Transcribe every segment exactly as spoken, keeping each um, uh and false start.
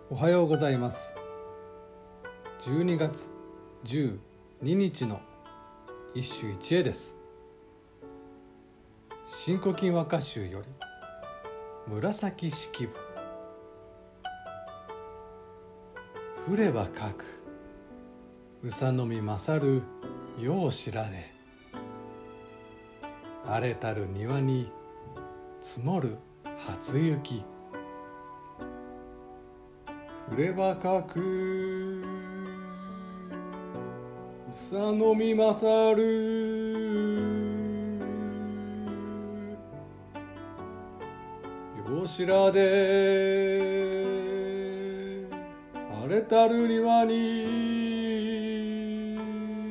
おはようございます。じゅうにがつじゅうににちの一首一会です。新古今和歌集より紫式部。降ればかく宇佐のみ勝る世を知られ、荒れたる庭に積もる初雪。降ればかく宇佐のみ勝る世を知らで、荒れたる庭に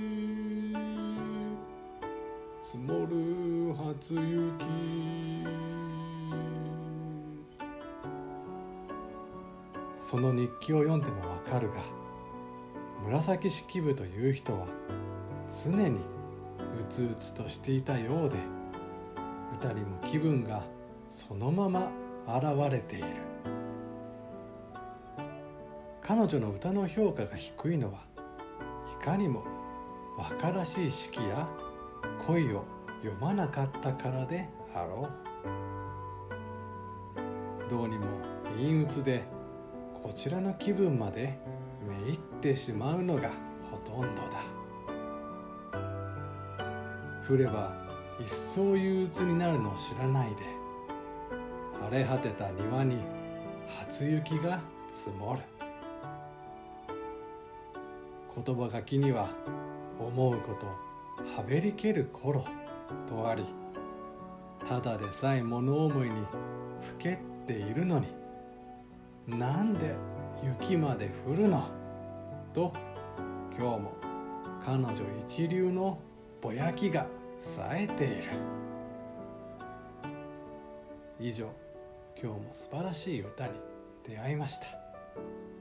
積もる初雪。その日記を読んでもわかるが、紫式部という人は常にうつうつとしていたようで、歌にも気分がそのまま現れている。彼女の歌の評価が低いのは、いかにも和歌らしい詩気や恋を読まなかったからであろう。どうにも陰鬱でこちらの気分までめいってしまうのがほとんどだ。降れば一層憂鬱になるのを知らないで、荒れ果てた庭に初雪が積もる。言葉書きには思うことはべりける頃とあり、ただでさえ物思いにふけっているのに、なんで雪まで降るのと、今日も彼女一流のぼやきが冴えている。以上、今日も素晴らしい歌に出会いました。